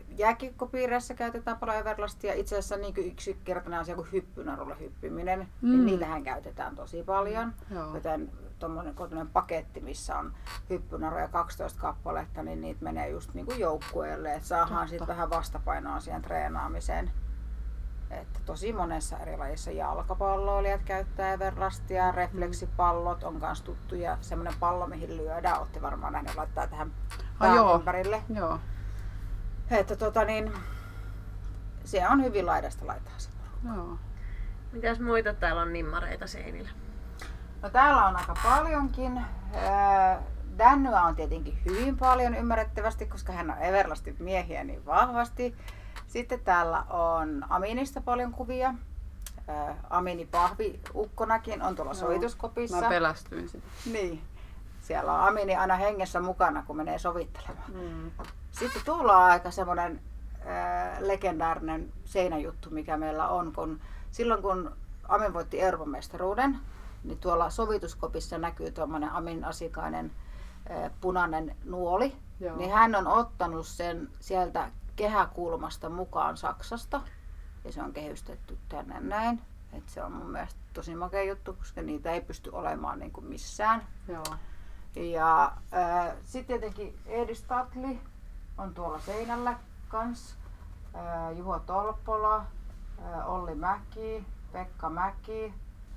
jääkiekkopiireissä käytetään paljon Everlastia. Itse asiassa niin yksinkertainen asia kuin hyppynarulla hyppiminen, niin niitähän käytetään tosi paljon. Joten tuommoinen paketti, missä on hyppynaruja 12 kappaletta, niin niitä menee just niin kuin joukkueelle, että saadaan sitten vähän vastapainoa siihen treenaamiseen. Että tosi monessa eri lajissa jalkapalloilijat käyttää Everlastia, refleksipallot on myös tuttuja. Semmoinen pallo, mihin lyödään, olette varmaan nähneet, laittaa tähän pään ympärille. Joo. Että se on hyvin laidasta laitaa se. Joo. Mitäs muita täällä on nimmareita seinillä? No täällä on aika paljonkin. Dännyä on tietenkin hyvin paljon ymmärrettävästi, koska hän on Everlastin miehiä niin vahvasti. Sitten täällä on Aminista paljon kuvia. Amini pahviukkonakin on tuolla sovituskopissa. Mä pelästyin sitä. Niin. Siellä on Amini aina hengessä mukana, kun menee sovittelemaan. Sitten tuolla on aika semmoinen legendaarinen seinäjuttu, mikä meillä on. Silloin kun Amin voitti Euroopan mestaruuden, niin tuolla sovituskopissa näkyy tuommoinen Amin asikainen punainen nuoli. Joo. Niin hän on ottanut sen sieltä kehäkulmasta mukaan Saksasta. Ja se on kehystetty tänne näin. Et se on mun mielestä tosi makea juttu, koska niitä ei pysty olemaan niin kuin missään. Joo. Ja sitten tietenkin Edi Statli on tuolla seinällä kans. Juho Tolppola, Olli Mäki, Pekka Mäki.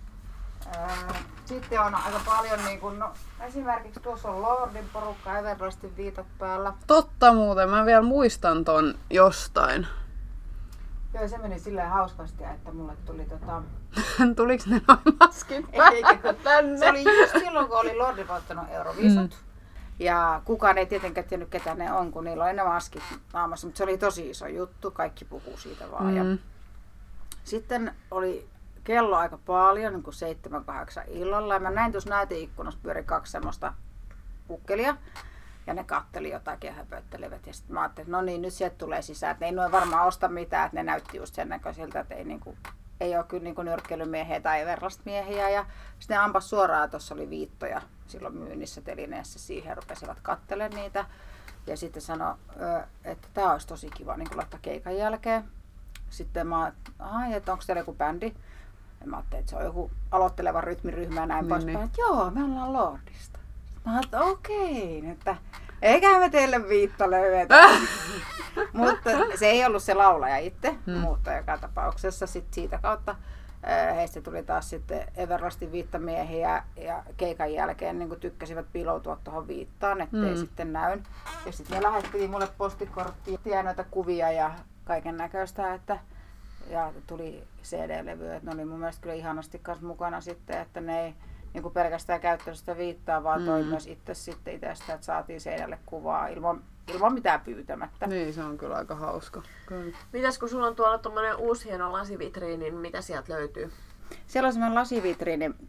Sitten on aika paljon, niin kun, esimerkiksi tuossa on Lordin porukka, Everlastin viitat päällä. Totta muuten, mä vielä muistan ton jostain. Joo, se meni silleen hauskasti, että mulle tuli Tuliks ne noin maskit tänne? Se oli just silloin, kun oli Lordin voittanut Euroviisut. Ja kukaan ei tietenkään tiennyt, ketä ne on, kun niillä oli ne maskit naamassa, mutta se oli tosi iso juttu, kaikki puhuu siitä vaan. Ja sitten oli kello aika paljon, niin kuin 7-8 illalla, ja mä näin tuossa näyteikkunassa pyöri 2 semmoista kukkelia, ja ne katteli jotakin ja höpöttelivät, ja sitten mä ajattelin, että no niin, nyt sieltä tulee sisään, että ne ei noin varmaan osta mitään, että ne näytti just sen näköisiltä, että ei ole kyllä niin nyrkkeilymiehiä tai Everlast-miehiä, ja sitten ne ampas suoraan, tuossa oli viittoja silloin myynnissä telineessä, siihen rupesivat kattelemaan niitä, ja sitten sanoi, että tämä olisi tosi kiva niin laittaa keikan jälkeen. Sitten mä ajattelin, että onko teillä joku bändi? Ja mä ajattelin, että se on joku aloitteleva rytmiryhmä ja näin poispäin. Että joo, me ollaan Lordista. Mä ajattelin, että okei, että eiköhän me teille viitto löydetä. Mutta se ei ollut se laulaja itse, mutta joka tapauksessa sit siitä kautta heistä tuli taas sitten Everlastin viittamiehiä ja keikan jälkeen niin tykkäsivät piiloutua tuohon viittaan, ettei sitten näy. Ja sitten ne lähettiin mulle postikorttia, noita kuvia ja kaiken näköistä, ja tuli CD-levy, että ne oli mun mielestä kyllä ihanasti kanssa mukana sitten, että ne ei niin pelkästään käyttänyt sitä viittaa, vaan toi myös itse sitten itsestä, että saatiin CDlle kuvaa ilman mitään pyytämättä. Niin, se on kyllä aika hauska. Kyllä. Mitäs kun sulla on tuolla tommonen uusi hieno lasivitriini, niin mitä sieltä löytyy? Siellä on semmoinen lasivitriini 60-,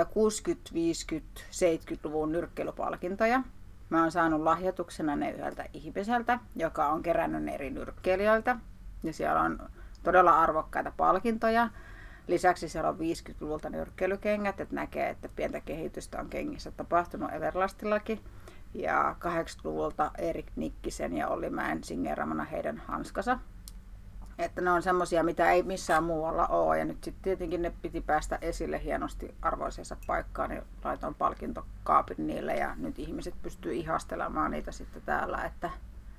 50-, 70-luvun nyrkkeilypalkintoja. Mä oon saanut lahjoituksena ne yhdeltä ihmiseltä, joka on kerännyt ne eri nyrkkeilijöiltä. Ja siellä on todella arvokkaita palkintoja. Lisäksi siellä on 50-luvulta nyrkkeilykengät, että näkee, että pientä kehitystä on kengissä tapahtunut Everlastillakin. Ja 80-luvulta Erik Nikkisen ja Olli Mäen signeeramana heidän hanskansa. Että ne on semmosia, mitä ei missään muualla ole. Ja nyt sitten tietenkin ne piti päästä esille hienosti arvoisensa paikkaan, niin laitoin palkintokaapin niille ja nyt ihmiset pystyy ihastelemaan niitä sitten täällä. Että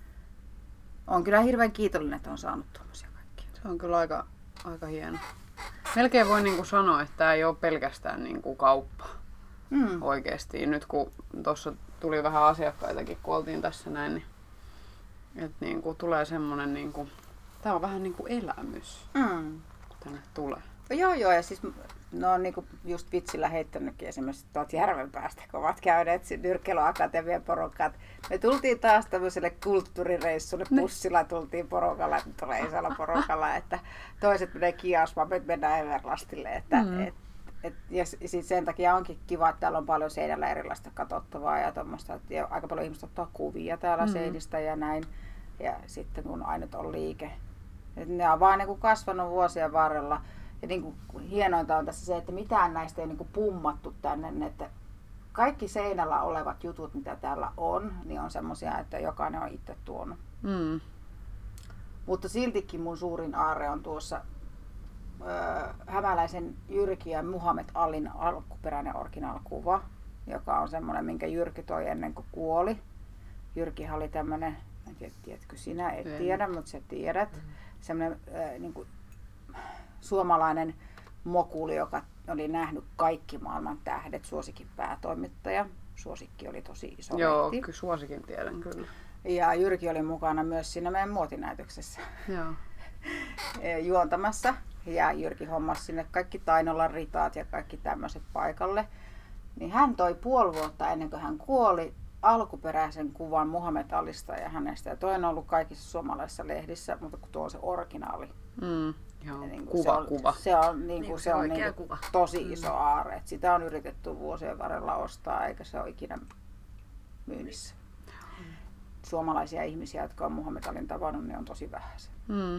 on kyllä hirveän kiitollinen, että on saanut tuommoisia kaikkia. Se on kyllä aika hieno. Melkein voi niinku sanoa, että tämä ei ole pelkästään niinku kauppa oikeesti. Nyt kun tuossa tuli vähän asiakkaitakin, kun oltiin tässä näin, niin että niinku tulee semmonen, niinku, tää on vähän niinku elämys, kun tänne tulee. Joo, ja siis ne on niinku just vitsillä heittänytkin esimerkiksi tuolta Järvenpäästä, kun ovat käyneet nyrkkeilyakatemian porukkaat. Me tultiin taas tämmöiselle kulttuurireissulle, bussilla tultiin porukalla, että tulee isolla porukalla, että toiset menee kiasmaan, me mennään Everlastille. Ja sit sen takia onkin kiva, että täällä on paljon seinällä erilaista katsottavaa ja tommoista, ja aika paljon ihmiset ottaa kuvia täällä seinistä ja näin. Ja sitten kun ainut on liike. Et ne on vaan niinku kasvanut vuosien varrella. Ja niinku hienointa on tässä se, että mitään näistä ei niinku pummattu tänne, että kaikki seinällä olevat jutut, mitä täällä on, niin on semmosia, että jokainen on itse tuonut. Mutta siltikin mun suurin aarre on tuossa hämäläisen Jyrki ja Muhammed Alin alkuperäinen originaalikuva, joka on semmoinen, minkä Jyrki toi ennen kuin kuoli. Jyrkihän oli tämmöinen, en tiedä, tiedätkö sinä, et tiedä, mutta sä tiedät, semmoinen niin kuin suomalainen mokuli, joka oli nähnyt kaikki maailman tähdet, Suosikin päätoimittaja. Suosikki oli tosi iso Joo, lehti. kyllä Suosikin tiedän kyllä. Ja Jyrki oli mukana myös siinä meidän muotinäytöksessä Joo. juontamassa. Ja Jyrki hommasi sinne kaikki Tainolan ritaat ja kaikki tämmöiset paikalle. Niin hän toi puoli vuotta ennen kuin hän kuoli alkuperäisen kuvan Muhammed Alista ja hänestä. Ja toi on ollut kaikissa suomalaisissa lehdissä, mutta kun tuo on se originaali. Joo, niin kuva. Se on, niin kuin, Niin, se on oikea niin kuva. tosi iso aarre. Et sitä on yritetty vuosien varrella ostaa, eikä se ole ikinä myynnissä. Suomalaisia ihmisiä, jotka on Muhammed Alin tavannut, niin on tosi vähäisiä.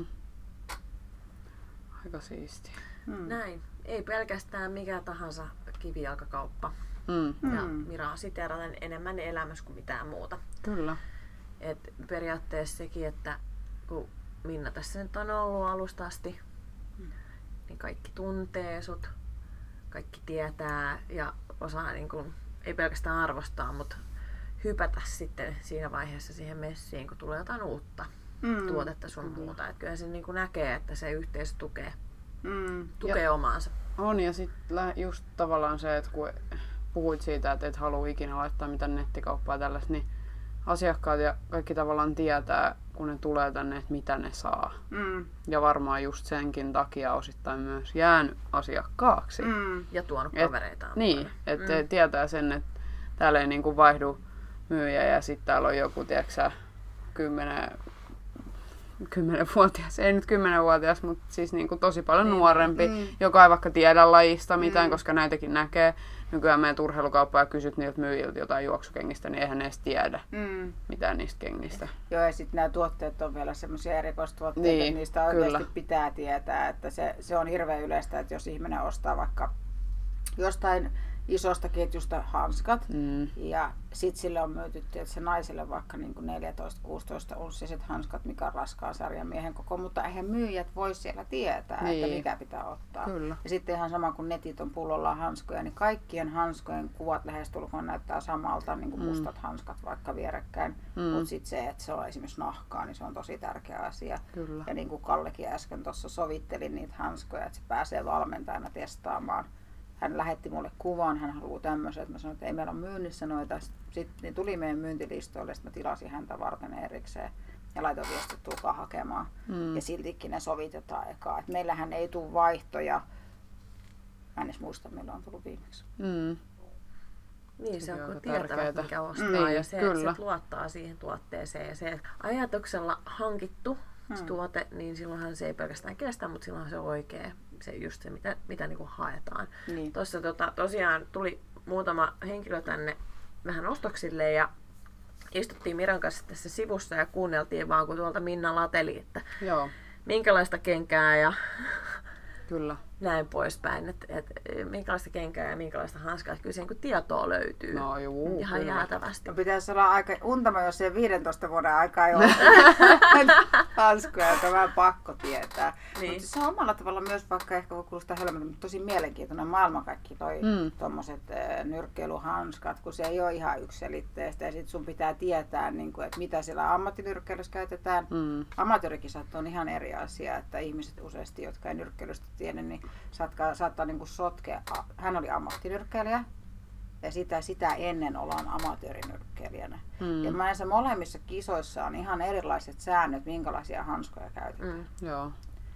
Aika siistiä. Näin. Ei pelkästään mikä tahansa kivijalkakauppa. Ja Miraa siteeraten enemmän elämys kuin mitään muuta. Kyllä. Et periaatteessa sekin, että kun Minna tässä nyt on ollut alusta asti, niin kaikki tuntee sut, kaikki tietää ja osaa niin kun, ei pelkästään arvostaa, mutta hypätä sitten siinä vaiheessa siihen messiin, kun tulee jotain uutta tuotetta sun muuta. Et kyllä se niin kun näkee, että se yhteisö tukee omaansa. On, ja sitten just tavallaan se, että kun puhuit siitä, että et halua ikinä laittaa mitään nettikauppaa tällaista, niin asiakkaat ja kaikki tavallaan tietää, kun ne tulee tänne, että mitä ne saa. Ja varmaan just senkin takia osittain myös jäänyt asiakkaaksi. Ja tuonut kavereitaan. Niin, että tietää sen, että täällä ei niinku vaihdu myyjä ja sitten täällä on joku, tiedätkö 10-vuotias, ei nyt 10-vuotias, mutta siis niinku tosi paljon nuorempi, joka ei vaikka tiedä lajista mitään, koska näitäkin näkee. Nykyään menet urheilukauppaan ja kysyt niiltä myyjiltä jotain juoksukengistä, niin eihän ne edes tiedä mitään niistä kengistä. Joo, ja sitten nämä tuotteet on vielä semmoisia erikoistuotteita, Niin, että niistä oikeasti kyllä. pitää tietää, että se on hirveän yleistä, että jos ihminen ostaa vaikka jostain isosta ketjusta hanskat, ja sitten sille on myyty, että se naiselle vaikka niin 14-16 unssiset hanskat, mikä on raskaan sarjan miehen koko, mutta eihän myyjät voi siellä tietää, Niin. että mikä pitää ottaa. Kyllä. Ja sitten ihan sama kuin netit on pullolla hanskoja, niin kaikkien hanskojen kuvat lähestulkoon näyttää samalta, niin kuin mustat hanskat vaikka vierekkäin, mutta sitten se, että se on esimerkiksi nahkaa, niin se on tosi tärkeä asia. Kyllä. Ja niin kuin Kallekin äsken tuossa sovitteli niitä hanskoja, että se pääsee valmentajana testaamaan. Hän lähetti mulle kuvan, hän haluaa tämmöisen, että mä sanoin, että ei meillä ole myynnissä noita. Sitten niin tuli meidän myyntilistoille, sitten mä tilasin häntä varten erikseen ja laitoin viestit, että tulkaa hakemaan. Ja siltikin ne sovitetaan ekaa. Et meillähän ei tule vaihtoja. Mä en edes muista, milloin on tullut viimeksi. Niin, se on Aika kun tietävät, tärkeetä. mikä ostaa ja se, kyllä. että luottaa siihen tuotteeseen. Ja se ajatuksella hankittu se tuote, niin silloinhan se ei pelkästään kestä, mutta silloinhan se on oikea. Se just se, mitä niin kuin haetaan. Niin. Tuossa tosiaan tuli muutama henkilö tänne vähän ostoksille ja istuttiin Miran kanssa tässä sivussa ja kuunneltiin vaan, kun tuolta Minna lateli, että Joo, minkälaista kenkää ja kyllä. näin poispäin. Että minkälaista kenkää ja minkälaista hanskaa. Kyllä siihen kun tietoa löytyy No juu, ihan kyllä. jäätävästi. No pitäisi olla aika untama, jos ei 15 vuoden aikaa ei ole hanskoja, joka on vähän pakko tietää. Niin. Mutta se on omalla tavalla myös, vaikka ehkä voi kuulostaa hölmöltä, mutta tosi mielenkiintoinen maailman kaikki toi tommoset nyrkkeilyhanskat, kun se ei ole ihan yksiselitteistä ja sit sun pitää tietää, niin kuin, että mitä siellä ammattinyrkkeilyssä käytetään. Amatöörikisat on ihan eri asia, että ihmiset useasti, jotka ei nyrkkeilystä tiedä, niin saattaa niin kuin sotkea. Hän oli ammattinyrkkeilijä. Ja sitä ennen ollaan amatöörinyrkkeilijänä. Ja näissä molemmissa kisoissa on ihan erilaiset säännöt, minkälaisia hanskoja käytetään. Joo.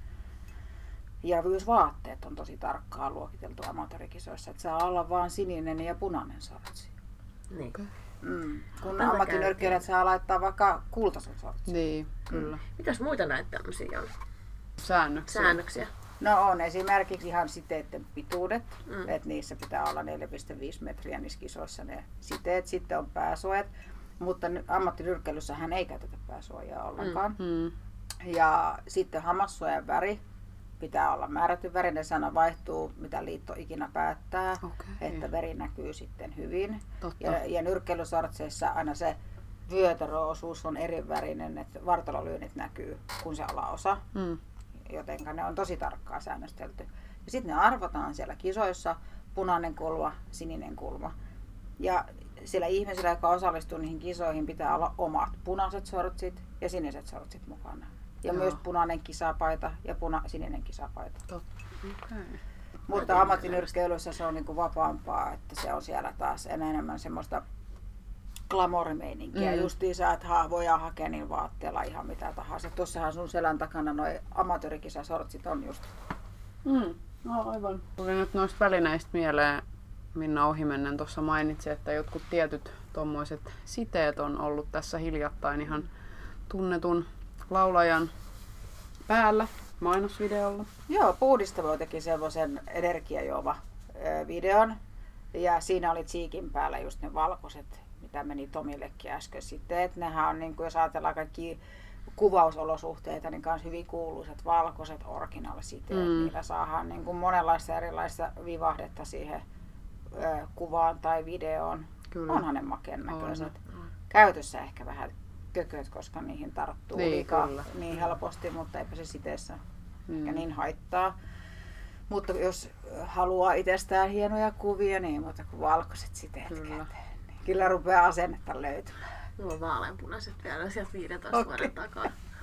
Ja myös vaatteet on tosi tarkkaan luokiteltu amatöörikisoissa, että saa olla vaan sininen ja punainen sortsi. Niin. Kun Tätä ammattinyrkkeilijät saa laittaa vaikka kultaisen sortsi. Niin, kyllä. Mitäs muita näitä tämmöisiä on? Säännöksiä. Säännöksiä. No on esimerkiksi ihan siteiden pituudet, että niissä pitää olla 4,5 metriä niissä kisoissa ne siteet. Sitten on pääsuojat, mutta ammattinyrkkeilyssähän ei käytetä pääsuojaa ollenkaan. Ja sitten hammassuojan väri pitää olla määrätty väri, ne sana vaihtuu mitä liitto ikinä päättää, Okei. että veri näkyy sitten hyvin. Totta. Ja nyrkkeilysortseissa aina se vyötäröosuus on eri värinen, että vartalolyönnit näkyy kuin se alaosa. Jotenka ne on tosi tarkkaan säännöstelty. Ja sitten ne arvotaan siellä kisoissa, punainen kulma, sininen kulma. Ja sillä ihmisellä, joka osallistuu niihin kisoihin, pitää olla omat punaiset sortsit ja siniset sortsit mukana. Ja myös punainen kisapaita ja sininen kisapaita. Okay. Mutta ammattinyrkkeilyssä se on niinku vapaampaa, että se on siellä taas enemmän semmoista glamour-meininkiä. Justiinsa, että voidaan hakea niin vaatteella ihan mitä tahansa. Tuossahan sun selän takana noi amatöörikisasortsit on just. No aivan. Tuli nyt noista välineistä mieleen, Minna ohimennen tuossa mainitsi, että jotkut tietyt tommoiset siteet on ollut tässä hiljattain ihan tunnetun laulajan päällä mainosvideolla. Joo, Puhdistamo teki semmoisen energiajuoma videon ja siinä oli Cheekin päällä just ne valkoiset, mitä meni Tomillekin äsken sitten. Et nehän on, niin kuin, jos ajatellaan kaikki kuvausolosuhteita, niin myös hyvin kuuluisat valkoiset original-siteet. Niillä saadaan niin kuin monenlaista erilaista vivahdetta siihen kuvaan tai videoon. Kyllä. Onhan ne makeen näköiset. Käytössä ehkä vähän kököt, koska niihin tarttuu liikaa niin helposti, mutta eipä se siteessä ehkä niin haittaa. Mutta jos haluaa itsestään hienoja kuvia, niin muuta kuin valkoiset siteet käteen. Niin kyllä rupeaa asennetta löytymään. Mulla on vaaleanpunaiset vielä sieltä 15 vuoden takaa.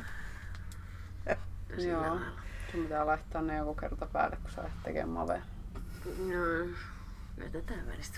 Joo, sun pitää laittaa ne joku kerta päälle, kun sä lähdet tekemään mavea. No, jätetään välistä.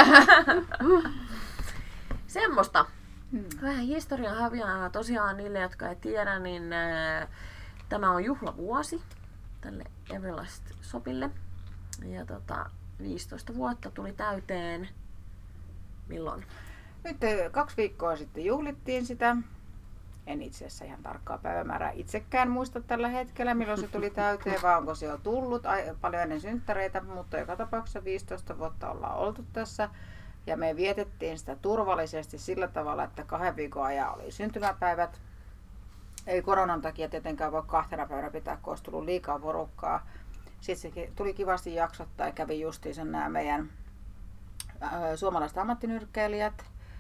Semmoista. Vähän historian häviää tosiaan niille, jotka ei tiedä, niin tämä on juhlavuosi tälle Everlast Shopille. Ja 15 vuotta tuli täyteen. Milloin? Nyt 2 viikkoa sitten juhlittiin sitä. En itse asiassa ihan tarkkaa päivämäärää itsekään muista tällä hetkellä, milloin se tuli täyteen, vai onko se jo tullut paljon ennen synttäreitä, mutta joka tapauksessa 15 vuotta ollaan oltu tässä. Ja me vietettiin sitä turvallisesti sillä tavalla, että 2 viikon ajan oli syntymäpäivät. Ei koronan takia tietenkään voi 2 päivänä pitää, kun olisi tullut liikaa porukkaa. Sitten se tuli kivasti jaksottaa ja kävi justiinsa nämä meidän suomalaiset ammattinyrkkeilijät,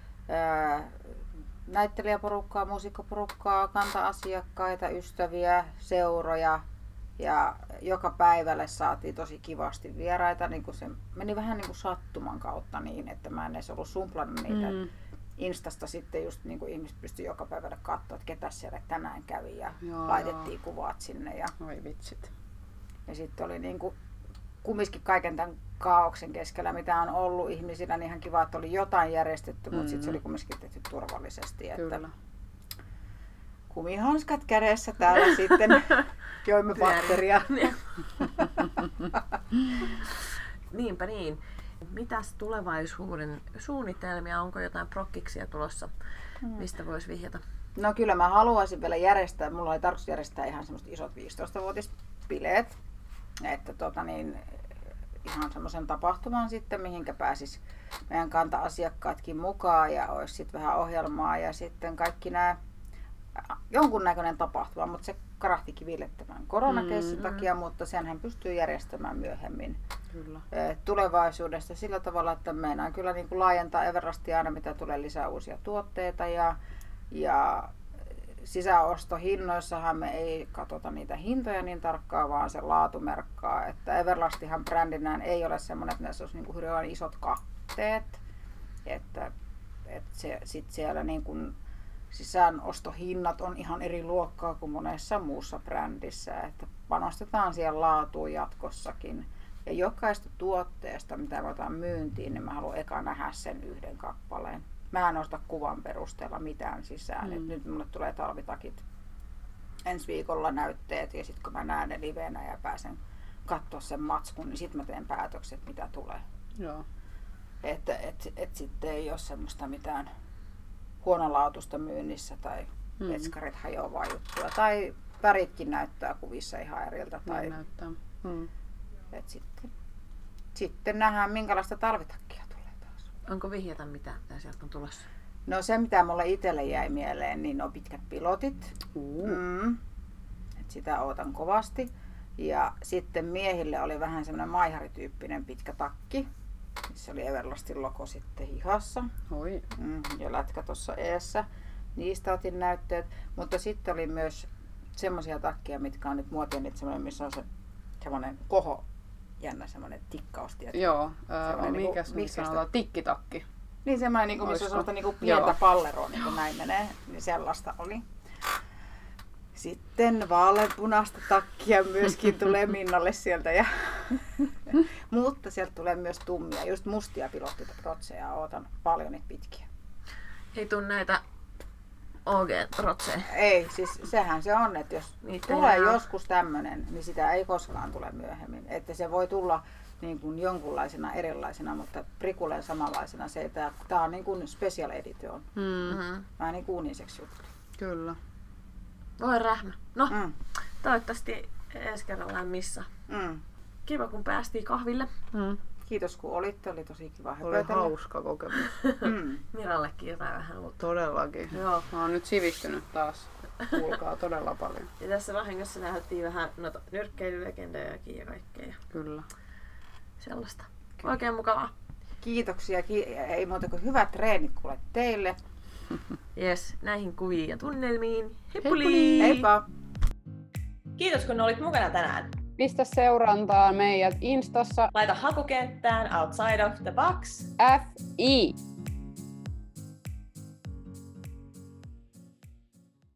näyttelijäporukkaa, muusikkoporukkaa, kanta-asiakkaita, ystäviä, seuroja. Ja joka päivälle saatiin tosi kivasti vieraita. Niin se meni vähän niin kuin sattuman kautta niin, että mä en edes ollut sumplannut niitä. Instasta sitten just niin kuin ihmiset pystyi joka päivälle katsoa, että ketä siellä tänään kävi ja laitettiin kuvat sinne. Ja, oi vitsit. Ja sitten oli niin kuin kumminkin kaiken tämän kaaoksen keskellä, mitä on ollut ihmisillä, niin ihan kiva, että oli jotain järjestetty, mutta sitten se oli kumminkin tehty turvallisesti. Että kumihanskat kädessä täällä sitten joimme patteria. Niinpä niin. Mitäs tulevaisuuden suunnitelmia? Onko jotain prokkiksia tulossa, mistä voisi vihjata? No kyllä mä haluaisin vielä järjestää, mulla oli tarkoitus järjestää ihan semmoiset isot 15-vuotispileet. Että ihan semmoisen tapahtuman sitten, mihinkä pääsis meidän kanta-asiakkaatkin mukaan ja olisi sitten vähän ohjelmaa ja sitten kaikki nämä jonkunnäköinen tapahtuma, mutta se karahti kiville tämän koronakeissin takia, mutta senhän pystyy järjestämään myöhemmin tulevaisuudesta sillä tavalla, että meinaan kyllä niin kuin laajentaa Everlastia aina, mitä tulee lisää uusia tuotteita ja sisäostohinnoissahan me ei katsota niitä hintoja niin tarkkaan, vaan se laatu merkkaa, että Everlastihan brändinään ei ole semmoinen, että näissä olisi niin kuin hirveän isot katteet, että sit siellä niin kuin sisäänostohinnat on ihan eri luokkaa kuin monessa muussa brändissä, että panostetaan siihen laatuun jatkossakin. Ja jokaista tuotteesta, mitä me otan myyntiin, niin mä haluan eka nähdä sen yhden kappaleen. Mä en osta kuvan perusteella mitään sisään. Et nyt mulle tulee talvitakit ensi viikolla näytteet ja sitten kun mä näen ne livenä ja pääsen katsoa sen matskun, niin sitten mä teen päätökset, mitä tulee. Joo. Että sitten ei ole semmoista mitään huonolaatusta myynnissä tai vetskarit hajoavaa juttua. Tai väritkin näyttää kuvissa ihan eriltä. Tai näyttää. Sitten nähdään, minkälaista talvitakkia tulee taas. Onko vihjata mitä sieltä on tulossa? No se, mitä mulle itselle jäi mieleen, niin on pitkät pilotit. Et sitä ootan kovasti. Ja sitten miehille oli vähän semmoinen maiharityyppinen pitkä takki. missä oli Everlastin logo sitten hihassa. Oi. Ja lätkä tuossa eessä. Niistä otin näytteet. Mutta sitten oli myös semmoisia takkia, mitkä on nyt muotia, missä on se semmoinen koho, jännä semmoinen tikkaus. Joo, niinku, mikäs nyt sanotaan, tikkitakki. Niin semmoinen, niinku, missä on sellaista niinku pientä Joo. palleroa, niin kuin näin menee. Niin sellaista oli. Sitten vaaleanpunaista takkia myöskin tulee Minnalle sieltä. Mutta sieltä tulee myös tummia, just mustia pilottitrotseja. Ootan paljon niitä pitkiä. Ei tuu näitä OG-trotseja. Ei, siis sehän se on, että jos Niitä tulee ei ole. joskus tämmönen, niin sitä ei koskaan tule myöhemmin. Että se voi tulla niin kuin jonkunlaisena erilaisena, mutta prikulleen samanlaisena. Tää on niin kuin special edition. Vähän niin kuin uniseksi juttu. Kyllä. Voi rähmä. No, toivottavasti ensi kerralla missä. Kiva kun päästiin kahville. Kiitos kun olitte, oli tosi kiva Oli höpötellä. hauska kokemus. Mirallekin jotain vähän uutta. Todellakin. Joo. Mä oon nyt sivistynyt taas. Kuulkaa todella paljon. Ja tässä vahingossa nähtiin vähän noita nyrkkeilylegendojakin ja kaikkea Kyllä. sellaista. Oikein mukavaa. Kiitoksia. Ei muuta kuin hyvät treenit kuule teille. Jes, näihin kuviin ja tunnelmiin. Heipuli! Heippa! Kiitos kun olit mukana tänään. Pistä seurantaa meidät Instassa Laita hakukenttään Outside of the Box. FI.